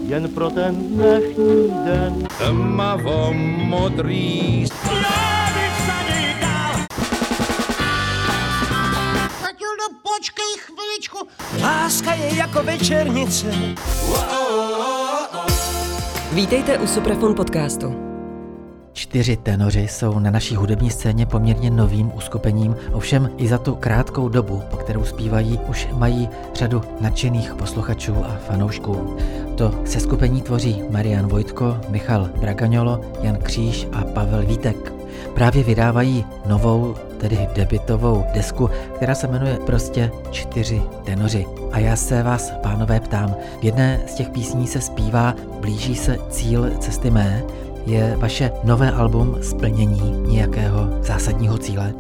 jen pro ten dnešní den. Tmavo modrý. Matildo, počkej chviličku. Láska je jako večernice. Vítejte u Suprafon podcastu. 4 tenoři jsou na naší hudební scéně poměrně novým uskupením, ovšem i za tu krátkou dobu, po kterou zpívají, už mají řadu nadšených posluchačů a fanoušků. To seskupení tvoří Marian Vojtko, Michal Bragaňolo, Jan Kříž a Pavel Vítek. Právě vydávají novou, tedy debutovou desku, která se jmenuje prostě 4 tenoři. A já se vás, pánové, ptám, v jedné z těch písní se zpívá Blíží se cíl cesty mé. Je vaše nové album splnění nějakého zásadního cíle?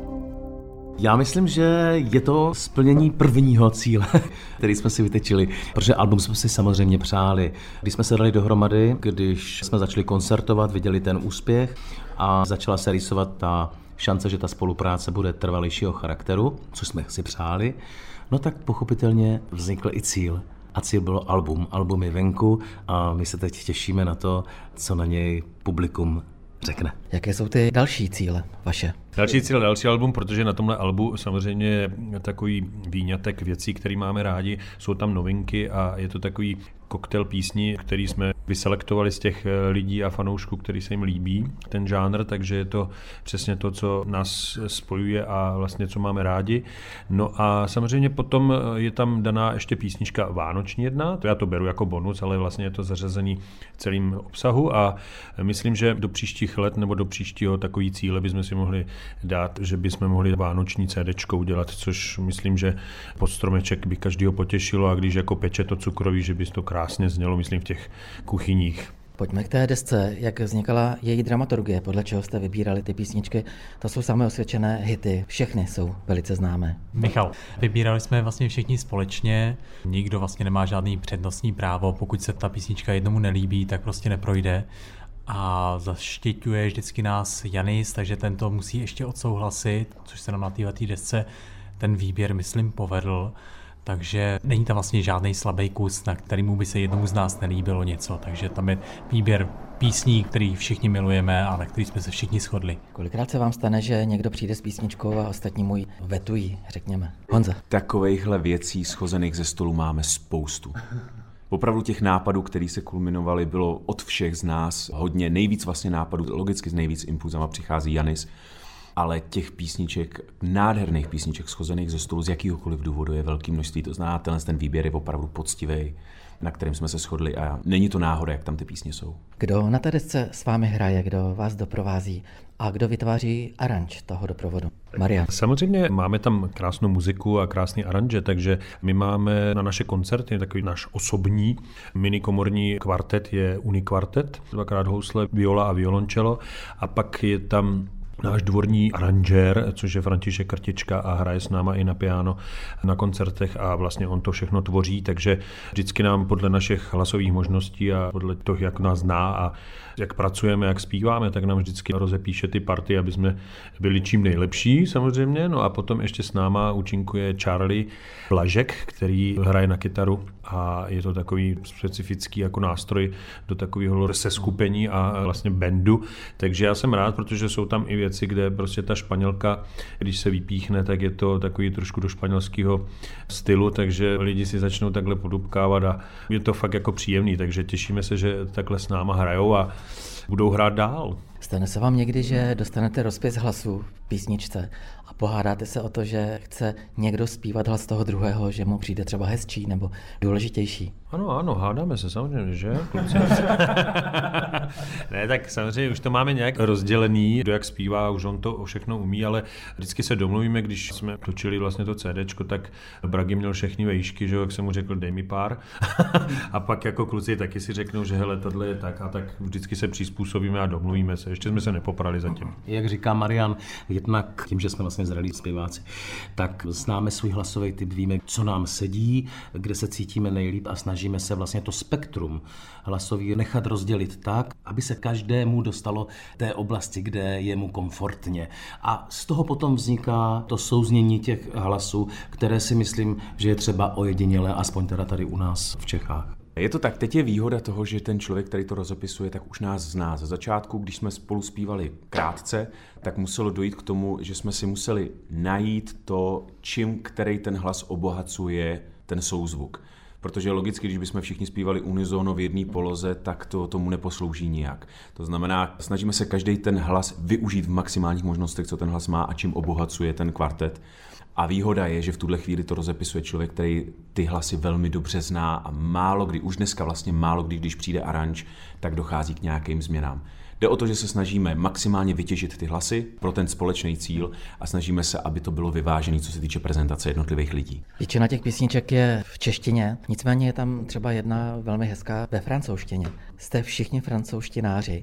Já myslím, že je to splnění prvního cíle, který jsme si vytečili, protože album jsme si samozřejmě přáli. Když jsme se dali dohromady, když jsme začali koncertovat, viděli ten úspěch a začala se rýsovat ta šance, že ta spolupráce bude trvalejšího charakteru, což jsme si přáli, no tak pochopitelně vznikl i cíl. A cíl bylo album. Album je venku a my se teď těšíme na to, co na něj publikum řekne. Jaké jsou ty další cíle vaše? Další cíl, další album, protože na tomhle albu samozřejmě je takový výňatek věcí, které máme rádi. Jsou tam novinky a je to takový koktejl písní, který jsme vyselektovali z těch lidí a fanoušků, který se jim líbí, ten žánr, takže je to přesně to, co nás spojuje a vlastně co máme rádi. No a samozřejmě potom je tam daná ještě písnička vánoční jedna, to já to beru jako bonus, ale vlastně je to zařazený celým obsahu a myslím, že do příštích let nebo do příštího takový cíle bychom si mohli dát, že bychom mohli vánoční CDčko udělat, což myslím, že pod stromeček by každýho potěšilo a když jako peče to cukroví, že by to krásně znělo, myslím, v těch kuchyních. Pojďme k té desce, jak vznikala její dramaturgie, podle čeho jste vybírali ty písničky. To jsou samé osvědčené hity, všechny jsou velice známé. Michal, vybírali jsme vlastně všichni společně, nikdo vlastně nemá žádný přednostní právo, pokud se ta písnička jednomu nelíbí, tak prostě neprojde. A zaštiťuje vždycky nás Janis, takže ten to musí ještě odsouhlasit, což se nám na této desce ten výběr, myslím, povedl. Takže není tam vlastně žádný slabý kus, na kterému by se jednomu z nás nelíbilo něco. Takže tam je výběr písní, který všichni milujeme a na který jsme se všichni shodli. Kolikrát se vám stane, že někdo přijde s písničkou a ostatní mu ji vetují, řekněme? Honza. Takovejhle věcí schozených ze stolu máme spoustu. Opravdu těch nápadů, které se kulminovaly, bylo od všech z nás hodně. Nejvíc vlastně nápadů, logicky s nejvíc impulzama přichází Janis, ale těch písniček, nádherných písniček schozených ze stolu z jakýhokoliv důvodu je velké množství. To znamená, ten výběr je opravdu poctivý, na kterém jsme se shodli a není to náhoda, jak tam ty písně jsou. Kdo na té desce s vámi hraje, kdo vás doprovází a kdo vytváří aranž toho doprovodu? Marian. Samozřejmě máme tam krásnou muziku a krásný aranže, takže my máme na naše koncerty takový náš osobní minikomorní kvartet je unikvartet, 2x housle, viola a violoncello a pak je tam náš dvorní aranžér, což je František Krtička a hraje s náma i na piano na koncertech a vlastně on to všechno tvoří, takže vždycky nám podle našich hlasových možností a podle toho, jak nás zná a jak pracujeme, jak zpíváme, tak nám vždycky rozepíše ty party, aby jsme byli čím nejlepší samozřejmě. No a potom ještě s náma účinkuje Charlie Blažek, který hraje na kytaru a je to takový specifický jako nástroj do takového seskupení a vlastně bandu. Takže já jsem rád, protože jsou tam i věci, kde prostě ta Španělka, když se vypíchne, tak je to takový trošku do španělského stylu, takže lidi si začnou takhle podupkávat a je to fakt jako příjemný, takže těšíme se, že takhle s náma hrajou a budou hrát dál. Stane se vám někdy, že dostanete rozpis hlasu v písničce a pohádáte se o to, že chce někdo zpívat hlas toho druhého, že mu přijde třeba hezčí nebo důležitější? Ano, hádáme se samozřejmě, že? Ne, tak samozřejmě už to máme nějak rozdělený, kdo jak zpívá, už on to všechno umí, ale vždycky se domluvíme, když jsme točili vlastně to CDčko, tak Bragi měl všechny vejšky, že jo, jak jsem mu řekl, dej mi pár. A pak jako kluci taky si řeknou, že hele, tohle je tak a tak vždycky se přizpůsobíme a domluvíme se. Ještě jsme se nepoprali zatím. Jak říká Marian, jednak tím, že jsme vlastně zralí zpěváci, tak známe svůj hlasový typ, víme, co nám sedí, kde se cítíme nejlíp a snažíme se vlastně to spektrum hlasový nechat rozdělit tak, aby se každému dostalo té oblasti, kde je mu komfortně. A z toho potom vzniká to souznění těch hlasů, které si myslím, že je třeba ojedinělé, aspoň teda tady u nás v Čechách. Je to tak, teď je výhoda toho, že ten člověk, který to rozepisuje, tak už nás zná. Ze začátku, když jsme spolu zpívali krátce, tak muselo dojít k tomu, že jsme si museli najít to, čím který ten hlas obohacuje ten souzvuk. Protože logicky, když bychom všichni zpívali unisono v jedné poloze, tak to tomu neposlouží nijak. To znamená, snažíme se každý ten hlas využít v maximálních možnostech, co ten hlas má a čím obohacuje ten kvartet. A výhoda je, že v tuhle chvíli to rozepisuje člověk, který ty hlasy velmi dobře zná a málo kdy, už dneska vlastně málo kdy, když přijde aranž, tak dochází k nějakým změnám. Jde o to, že se snažíme maximálně vytěžit ty hlasy pro ten společný cíl a snažíme se, aby to bylo vyvážené, co se týče prezentace jednotlivých lidí. Většina těch písniček je v češtině, nicméně je tam třeba jedna velmi hezká ve francouzštině. Jste všichni francouzštináři.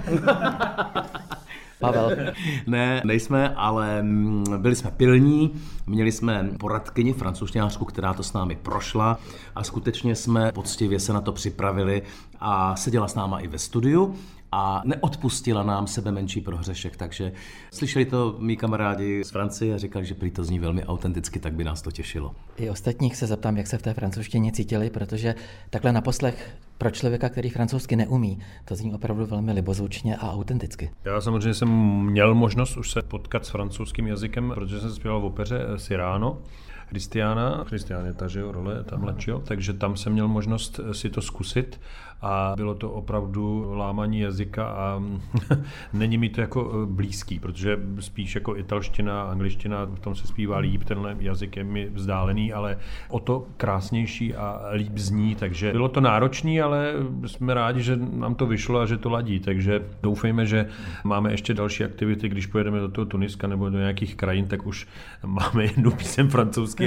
Pavel. Ne, nejsme, ale byli jsme pilní, měli jsme poradkyni francouzštinářku, která to s námi prošla a skutečně jsme poctivě se na to připravili a seděla s náma i ve studiu a neodpustila nám sebe menší prohřešek, takže slyšeli to mý kamarádi z Francie a říkali, že prý to zní velmi autenticky, tak by nás to těšilo. I ostatních se zeptám, jak se v té francouzštině cítili, protože takhle naposlech pro člověka, který francouzsky neumí, to zní opravdu velmi libozvučně a autenticky. Já samozřejmě jsem měl možnost už se potkat s francouzským jazykem, protože jsem zpíval v opeře Cyrano. Christian je ta, že jo, role, ta mladšího, takže tam jsem měl možnost si to zkusit a bylo to opravdu lámaní jazyka a není mi to jako blízký, protože spíš jako italština, angličtina, v tom se zpívá líp, tenhle jazyk je mi vzdálený, ale o to krásnější a líp zní, takže bylo to náročný, ale jsme rádi, že nám to vyšlo a že to ladí, takže doufejme, že máme ještě další aktivity, když pojedeme do toho Tuniska nebo do nějakých krajin, tak už máme jednu píseň francouzsky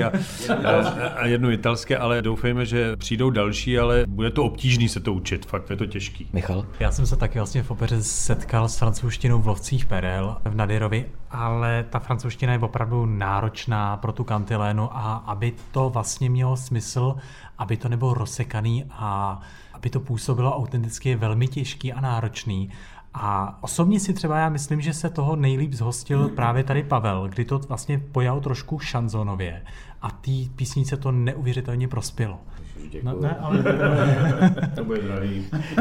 a jednu italské, ale doufejme, že přijdou další, ale bude to obtížný se to učit, fakt je to těžký. Michal? Já jsem se taky vlastně v opeře setkal s francouzštinou v Lovcích perel v Nadyrovi, ale ta francouzština je opravdu náročná pro tu kantilénu a aby to vlastně mělo smysl, aby to nebylo rozsekaný a aby to působilo autenticky, je velmi těžký a náročný. A osobně si třeba já myslím, že se toho nejlíp zhostil právě tady Pavel, kdy to vlastně pojal trošku šanzonově a té písnice to neuvěřitelně prospělo. No, ne, ale to bude drahý.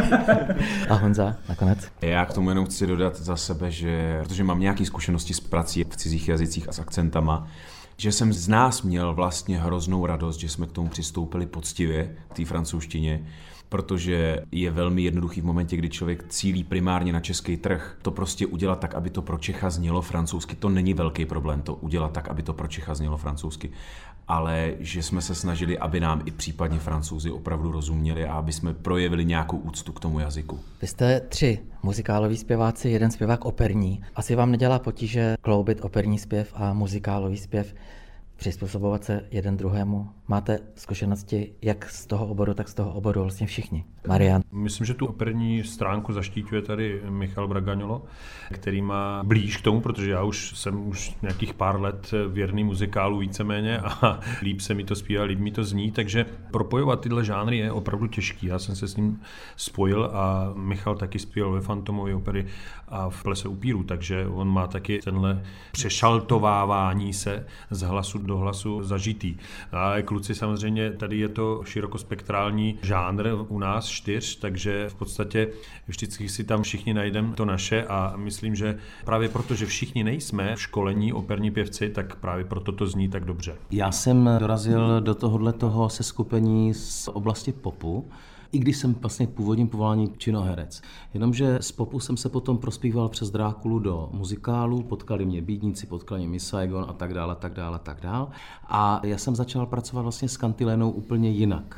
A Honza, nakonec? Já k tomu jenom chci dodat za sebe, že protože mám nějaké zkušenosti s prací v cizích jazycích a s akcentama, že jsem z nás měl vlastně hroznou radost, že jsme k tomu přistoupili poctivě k té francouzštině, protože je velmi jednoduchý v momentě, kdy člověk cílí primárně na český trh. To prostě udělat tak, aby to pro Čecha znělo francouzsky, to není velký problém, to udělat tak, aby to pro Čecha znělo francouzsky. Ale že jsme se snažili, aby nám i případně Francouzi opravdu rozuměli a aby jsme projevili nějakou úctu k tomu jazyku. Vy jste 3 muzikáloví zpěváci, 1 zpěvák operní. Asi vám nedělá potíže kloubit operní zpěv a muzikálový zpěv, přizpůsobovat se jeden druhému. Máte zkušenosti jak z toho oboru, tak z toho oboru vlastně všichni. Marian. Myslím, že tu operní stránku zaštiťuje tady Michal Bragagnolo, který má blíž k tomu, protože já jsem nějakých pár let věrný muzikálu víceméně a líp se mi to zpívá, líp mi to zní, takže propojovat tyhle žánry je opravdu těžký. Já jsem se s ním spojil a Michal taky zpíval ve Fantomové opery a v Plese upíru, takže on má taky tenhle přešaltovávání se z hlasu do hlasu zažitý. A kluci samozřejmě, tady je to širokospektrální žánr u nás 4, takže v podstatě vždycky si tam všichni najdeme to naše a myslím, že právě proto, že všichni nejsme v školení operní pěvci, tak právě proto to zní tak dobře. Já jsem dorazil do tohohletoho seskupení z oblasti popu, i když jsem vlastně původním povolání činoherec. Jenomže z popu jsem se potom prospíval přes Drákulu do muzikálu, potkali mě Bídníci, potkali mě Miss Saigon a tak dále, tak dále, tak dále. A já jsem začal pracovat vlastně s kantilénou úplně jinak.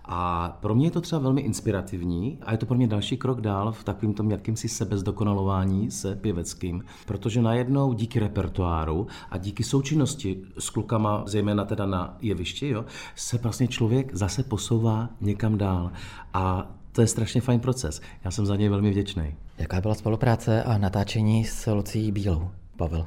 A pro mě je to třeba velmi inspirativní a je to pro mě další krok dál v takovým tom jakýmsi sebezdokonalování se pěveckým, protože najednou díky repertoáru a díky součinnosti s klukama, zejména teda na jevišti, se vlastně člověk zase posouvá někam dál a to je strašně fajn proces. Já jsem za něj velmi vděčný. Jaká byla spolupráce a natáčení s Lucií Bílou, Pavel?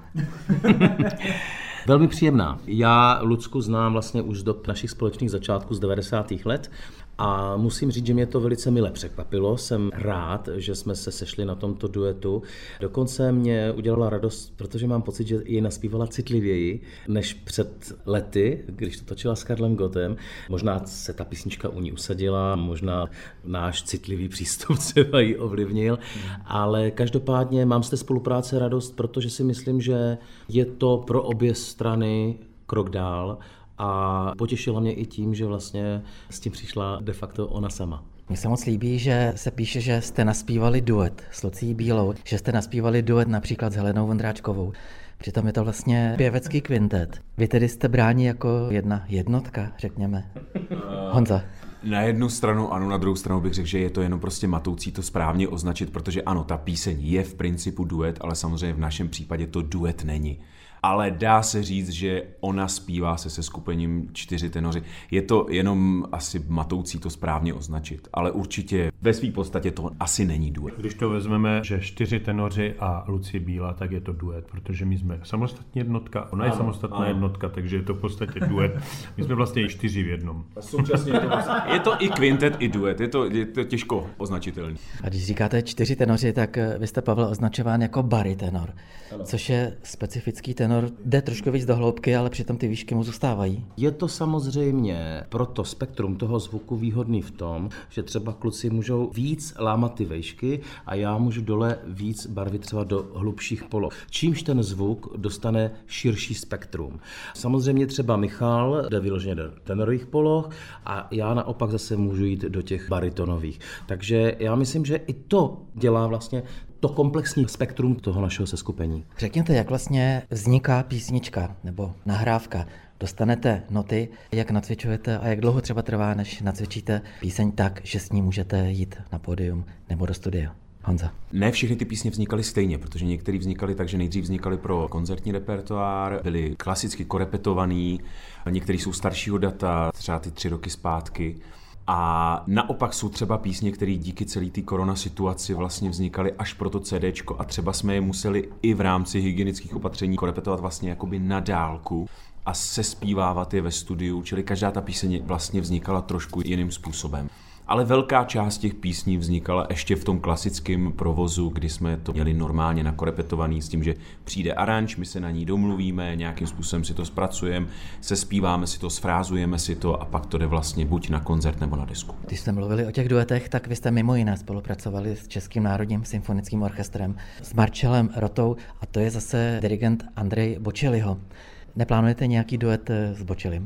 Velmi příjemná. Já Lucku znám vlastně už do našich společných začátků z 90. let A musím říct, že mě to velice mile překvapilo. Jsem rád, že jsme se sešli na tomto duetu. Dokonce mě udělala radost, protože mám pocit, že ji naspívala citlivěji než před lety, když to točila s Karlem Gottem. Možná se ta písnička u ní usadila, možná náš citlivý přístup třeba ji ovlivnil, ale každopádně mám z té spolupráce radost, protože si myslím, že je to pro obě strany krok dál. A potěšila mě i tím, že vlastně s tím přišla de facto ona sama. Mně se moc líbí, že se píše, že jste naspívali duet s Lucií Bílou, že jste naspívali duet například s Helenou Vondráčkovou. Přitom je to vlastně pěvecký kvintet. Vy tedy jste bráni jako jedna jednotka, řekněme. Honza. Na jednu stranu ano, na druhou stranu bych řekl, že je to jenom prostě matoucí to správně označit, protože ano, ta píseň je v principu duet, ale samozřejmě v našem případě to duet není. Ale dá se říct, že ona zpívá se seskupením 4 tenoři. Je to jenom asi matoucí to správně označit, ale určitě ve své podstatě to asi není duet. Když to vezmeme, že 4 tenoři a Lucie Bílá, tak je to duet, protože my jsme samostatní jednotka, ona je samostatná jednotka, takže je to v podstatě duet. My jsme vlastně 4 v jednom. A současně je to i kvintet, i duet, je to těžko označitelný. A když říkáte 4 tenoři, tak vy jste, Pavel, označován jako barytenor, což je specifický tenor. Jde trošku víc do hloubky, ale přitom ty výšky mu zůstávají. Je to samozřejmě pro to spektrum toho zvuku výhodný v tom, že třeba kluci můžou víc lámat ty vejšky a já můžu dole víc barvit třeba do hlubších poloh. Čímž ten zvuk dostane širší spektrum. Samozřejmě třeba Michal jde vyloženě do tenorových poloh a já naopak zase můžu jít do těch barytonových. Takže já myslím, že i to dělá vlastně to komplexní spektrum toho našeho seskupení. Řekněte, jak vlastně vzniká písnička nebo nahrávka. Dostanete noty, jak nacvičujete a jak dlouho třeba trvá, než nacvičíte píseň tak, že s ní můžete jít na pódium nebo do studia. Honza. Ne všechny ty písně vznikaly stejně, protože některé vznikaly tak, že nejdřív vznikaly pro koncertní repertoár, byly klasicky korepetovaný, některé jsou staršího data, třeba ty 3 roky zpátky. A naopak jsou třeba písně, které díky celé té korona situaci vlastně vznikaly až pro to CDčko a třeba jsme je museli i v rámci hygienických opatření korepetovat vlastně jakoby na dálku a sespívávat je ve studiu, čili každá ta píseň vlastně vznikala trošku jiným způsobem. Ale velká část těch písní vznikala ještě v tom klasickém provozu, kdy jsme to měli normálně nakorepetovaný s tím, že přijde aranž, my se na ní domluvíme, nějakým způsobem si to zpracujeme, sespíváme si to, sfrázujeme si to a pak to jde vlastně buď na koncert nebo na desku. Když jste mluvili o těch duetech, tak vy jste mimo jiné spolupracovali s Českým národním symfonickým orchestrem, s Marcelem Rotou a to je zase dirigent Andrej Bocelliho. Neplánujete nějaký duet s Bocellim?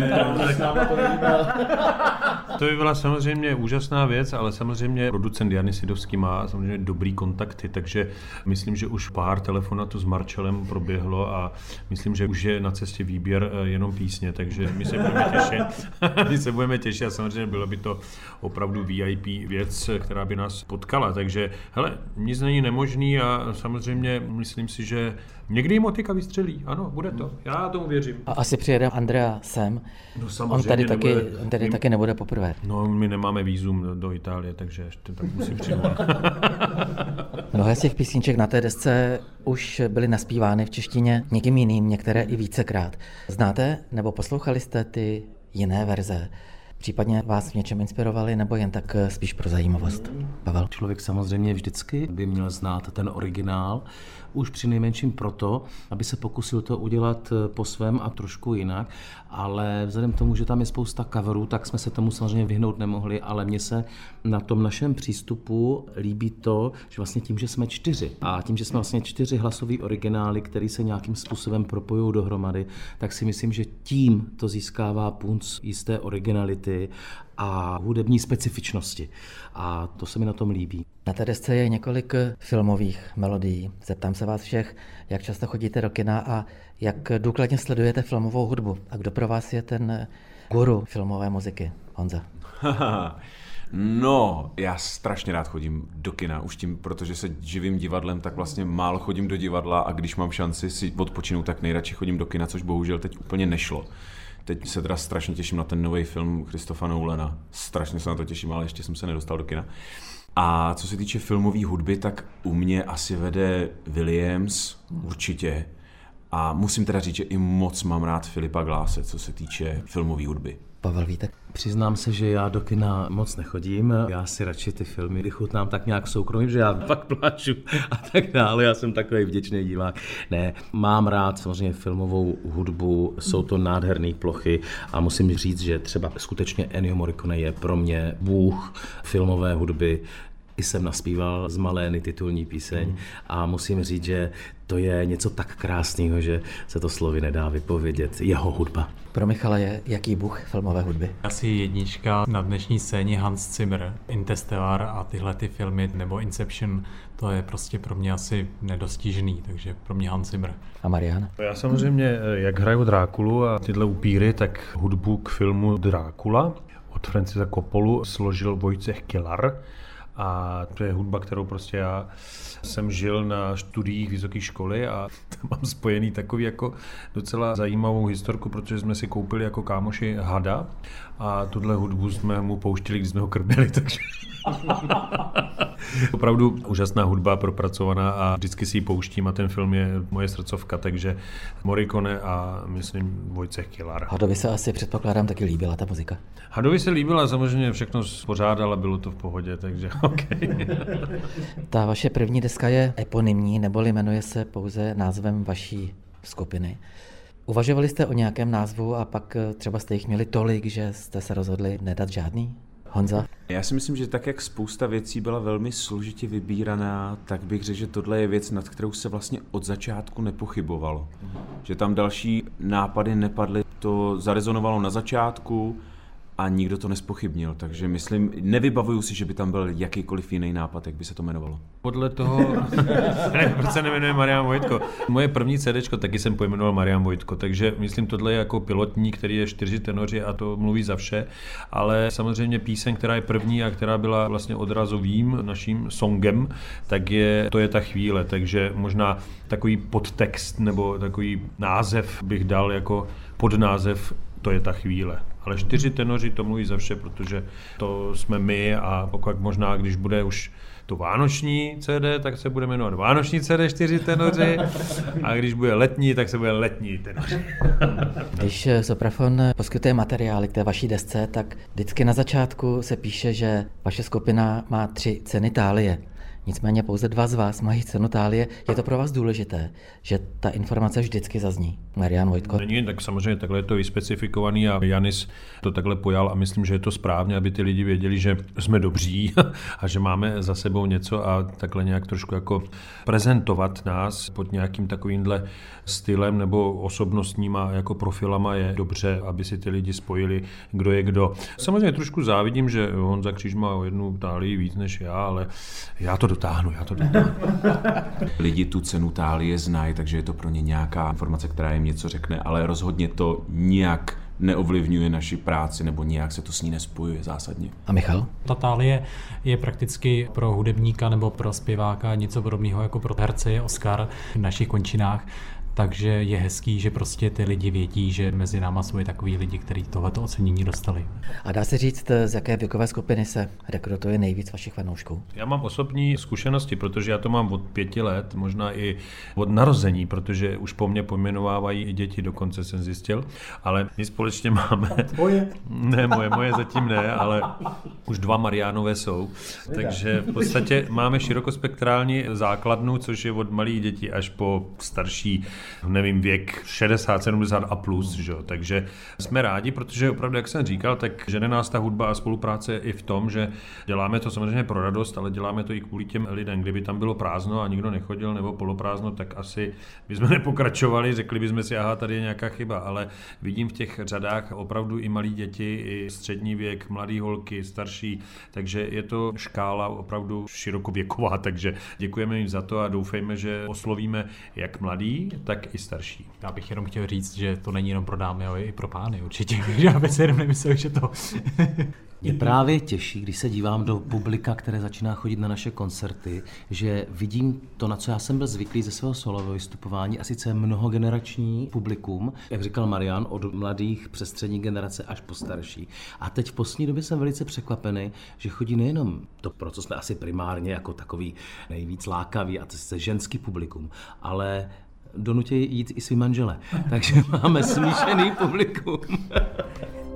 To by byla samozřejmě úžasná věc, ale samozřejmě producent Janis Sidovský má samozřejmě dobrý kontakty, takže myslím, že už pár telefonátů s Marcelem proběhlo a myslím, že už je na cestě výběr jenom písně, takže my se budeme těšit a samozřejmě bylo by to opravdu VIP věc, která by nás potkala, takže hele, nic není nemožný a samozřejmě myslím si, že někdy motika vystřelí, ano, bude to, já tomu věřím. A asi přijede Andrea sem, no, on tady taky nebude poprvé. No, my nemáme vízum do Itálie, takže ještě tak musím přijmout. Mnohé z těch písniček na té desce už byly naspívány v češtině někým jiným, některé i vícekrát. Znáte nebo poslouchali jste ty jiné verze? Případně vás v něčem inspirovali, nebo jen tak spíš pro zajímavost? Pavel? Člověk samozřejmě vždycky by měl znát ten originál, už přinejmenším proto, aby se pokusil to udělat po svém a trošku jinak, ale vzhledem k tomu, že tam je spousta coverů, tak jsme se tomu samozřejmě vyhnout nemohli, ale mně se na tom našem přístupu líbí to, že vlastně tím, že jsme 4 a tím, že jsme vlastně 4 hlasový originály, které se nějakým způsobem propojují dohromady, tak si myslím, že tím to získává punc jisté originality a hudební specifičnosti. A to se mi na tom líbí. Na té desce je několik filmových melodií. Zeptám se vás všech, jak často chodíte do kina a jak důkladně sledujete filmovou hudbu. A kdo pro vás je ten guru filmové muziky? Honza. No, já strašně rád chodím do kina, už tím, protože se živím divadlem, tak vlastně málo chodím do divadla a když mám šanci si odpočinout, tak nejradši chodím do kina, což bohužel teď úplně nešlo. Teď se teda strašně těším na ten nový film Christopha Nolana. Strašně se na to těším, ale ještě jsem se nedostal do kina. A co se týče filmové hudby, tak u mě asi vede Williams, určitě. A musím teda říct, že i moc mám rád Filipa Glasse, co se týče filmové hudby. Pavel Vítek. Přiznám se, že já do kina moc nechodím. Já si radši ty filmy vychutnám tak nějak soukromým, že já pak pláču a tak dále. Já jsem takový vděčný divák. Ne, mám rád samozřejmě filmovou hudbu, jsou to nádherné plochy a musím říct, že třeba skutečně Ennio Morricone je pro mě bůh filmové hudby. I jsem naspíval z Malény titulní píseň a musím říct, že to je něco tak krásného, že se to slovy nedá vypovědět. Jeho hudba. Pro Michala je jaký bůh filmové hudby? Asi jednička na dnešní scéně Hans Zimmer, Interstellar a tyhle ty filmy, nebo Inception, to je prostě pro mě asi nedostižný, takže pro mě Hans Zimmer. A Marian? Já samozřejmě, jak hraju Drákulu a tyhle upíry, tak hudbu k filmu Drákula od Francisa Coppolu složil Wojciech Kilar. A to je hudba, kterou prostě já jsem žil na studiích vysoké školy a mám spojený takový jako docela zajímavou historku, protože jsme si koupili jako kámoši hada a tuhle hudbu jsme mu pouštili, když jsme ho krmili, takže opravdu úžasná hudba, propracovaná a vždycky si ji pouštím a ten film je moje srdcovka, takže Morricone a myslím Wojciech Kilar. Hadovi se asi předpokládám taky líbila ta muzika. Hadovi se líbila, samozřejmě všechno spořádal a bylo to v pohodě, takže OK. Ta vaše první deska je eponymní, neboli jmenuje se pouze názvem vaší skupiny. Uvažovali jste o nějakém názvu a pak třeba jste jich měli tolik, že jste se rozhodli nedat žádný? Honza? Já si myslím, že tak, jak spousta věcí byla velmi složitě vybíraná, tak bych řekl, že tohle je věc, nad kterou se vlastně od začátku nepochybovalo. Že tam další nápady nepadly, to zarezonovalo na začátku a nikdo to nespochybnil, takže myslím, nevybavuju si, že by tam byl jakýkoliv jiný nápad, jak by se to jmenovalo. Podle toho, proč se nemenuje Marian Vojtko? Moje první CDčko taky jsem pojmenoval Marian Vojtko, takže myslím, tohle je jako pilotní, který je 4 tenoři a to mluví za vše, ale samozřejmě píseň, která je první a která byla vlastně odrazovým naším songem, tak to je ta chvíle, takže možná takový podtext nebo takový název bych dal jako podnázev To je ta chvíle. Ale 4 tenoři to mluví za vše, protože to jsme my a pokud možná, když bude už to vánoční CD, tak se bude jmenovat Vánoční CD 4 tenoři a když bude letní, tak se bude Letní tenoři. Když Supraphon poskytuje materiály k té vaší desce, tak vždycky na začátku se píše, že vaše skupina má 3 ceny Thálie. Nicméně pouze 2 z vás mají cenu Thálie. Je to pro vás důležité, že ta informace vždycky zazní? Marian Vojtko? Není, tak samozřejmě takhle je to vyspecifikovaný a Janis to takhle pojal a myslím, že je to správně, aby ty lidi věděli, že jsme dobří a že máme za sebou něco a takhle nějak trošku jako prezentovat nás pod nějakým takovýmhle stylem nebo osobnostníma jako profilama je dobře, aby si ty lidi spojili, kdo je kdo. Samozřejmě trošku závidím, že Honza Kříž má o 1 Thálii víc než já, ale já to dotáhnu. Lidi tu cenu Thálie znají, takže je to pro ně nějaká informace, která jim něco řekne, ale rozhodně to nijak neovlivňuje naši práci nebo nijak se to s ní nespojuje zásadně. A Michal? Ta Thálie je prakticky pro hudebníka nebo pro zpěváka něco podobného jako pro herce je Oscar v našich končinách. Takže je hezký, že prostě ty lidi vědí, že mezi náma jsou takový lidi, kteří tohleto ocenění dostali. A dá se říct, z jaké věkové skupiny se rekrutuje nejvíc vašich fanoušků? Já mám osobní zkušenosti, protože já to mám od 5 let, možná i od narození, protože už po mně pojmenovávají i děti, dokonce jsem zjistil, ale my společně máme... Moje? Ne, moje zatím ne, ale už 2 Mariánové jsou, takže v podstatě máme širokospektrální základnu, což je od malých dětí až po starší, nevím, věk 60, 70 a plus, že? Takže jsme rádi, protože opravdu, jak jsem říkal, tak žene nás ta hudba a spolupráce i v tom, že děláme to samozřejmě pro radost, ale děláme to i kvůli těm lidem. Kdyby tam bylo prázdno a nikdo nechodil nebo poloprázdno, tak asi bychom nepokračovali, řekli bychom si, aha, tady je nějaká chyba, ale vidím v těch řadách opravdu i malí děti, i střední věk, mladý holky, starší, takže je to škála opravdu širokověková, takže děkujeme jim za to a doufejme, že oslovíme jak mladý, tak i starší. Já bych jenom chtěl říct, že to není jenom pro dámy, ale i pro pány určitě. Já bych se jenom nemyslel, že to... Mě právě těší, když se dívám do publika, které začíná chodit na naše koncerty, že vidím to, na co já jsem byl zvyklý ze svého solového vystupování, a sice mnohogenerační publikum, jak říkal Marian, od mladých přes střední generace až po starší. A teď v poslední době jsem velice překvapený, že chodí nejenom to, pro co jsme asi primárně jako takový nejvíc lákavý, a to je ženský publikum, ale donutí jít i svý manžele. Takže máme smíšený publikum.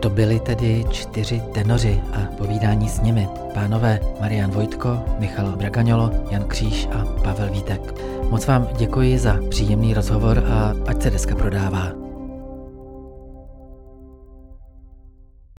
To byli tedy 4 tenoři a povídání s nimi. Pánové Marian Vojtko, Michal Bragaňolo, Jan Kříž a Pavel Vítek. Moc vám děkuji za příjemný rozhovor a ať se deska prodává.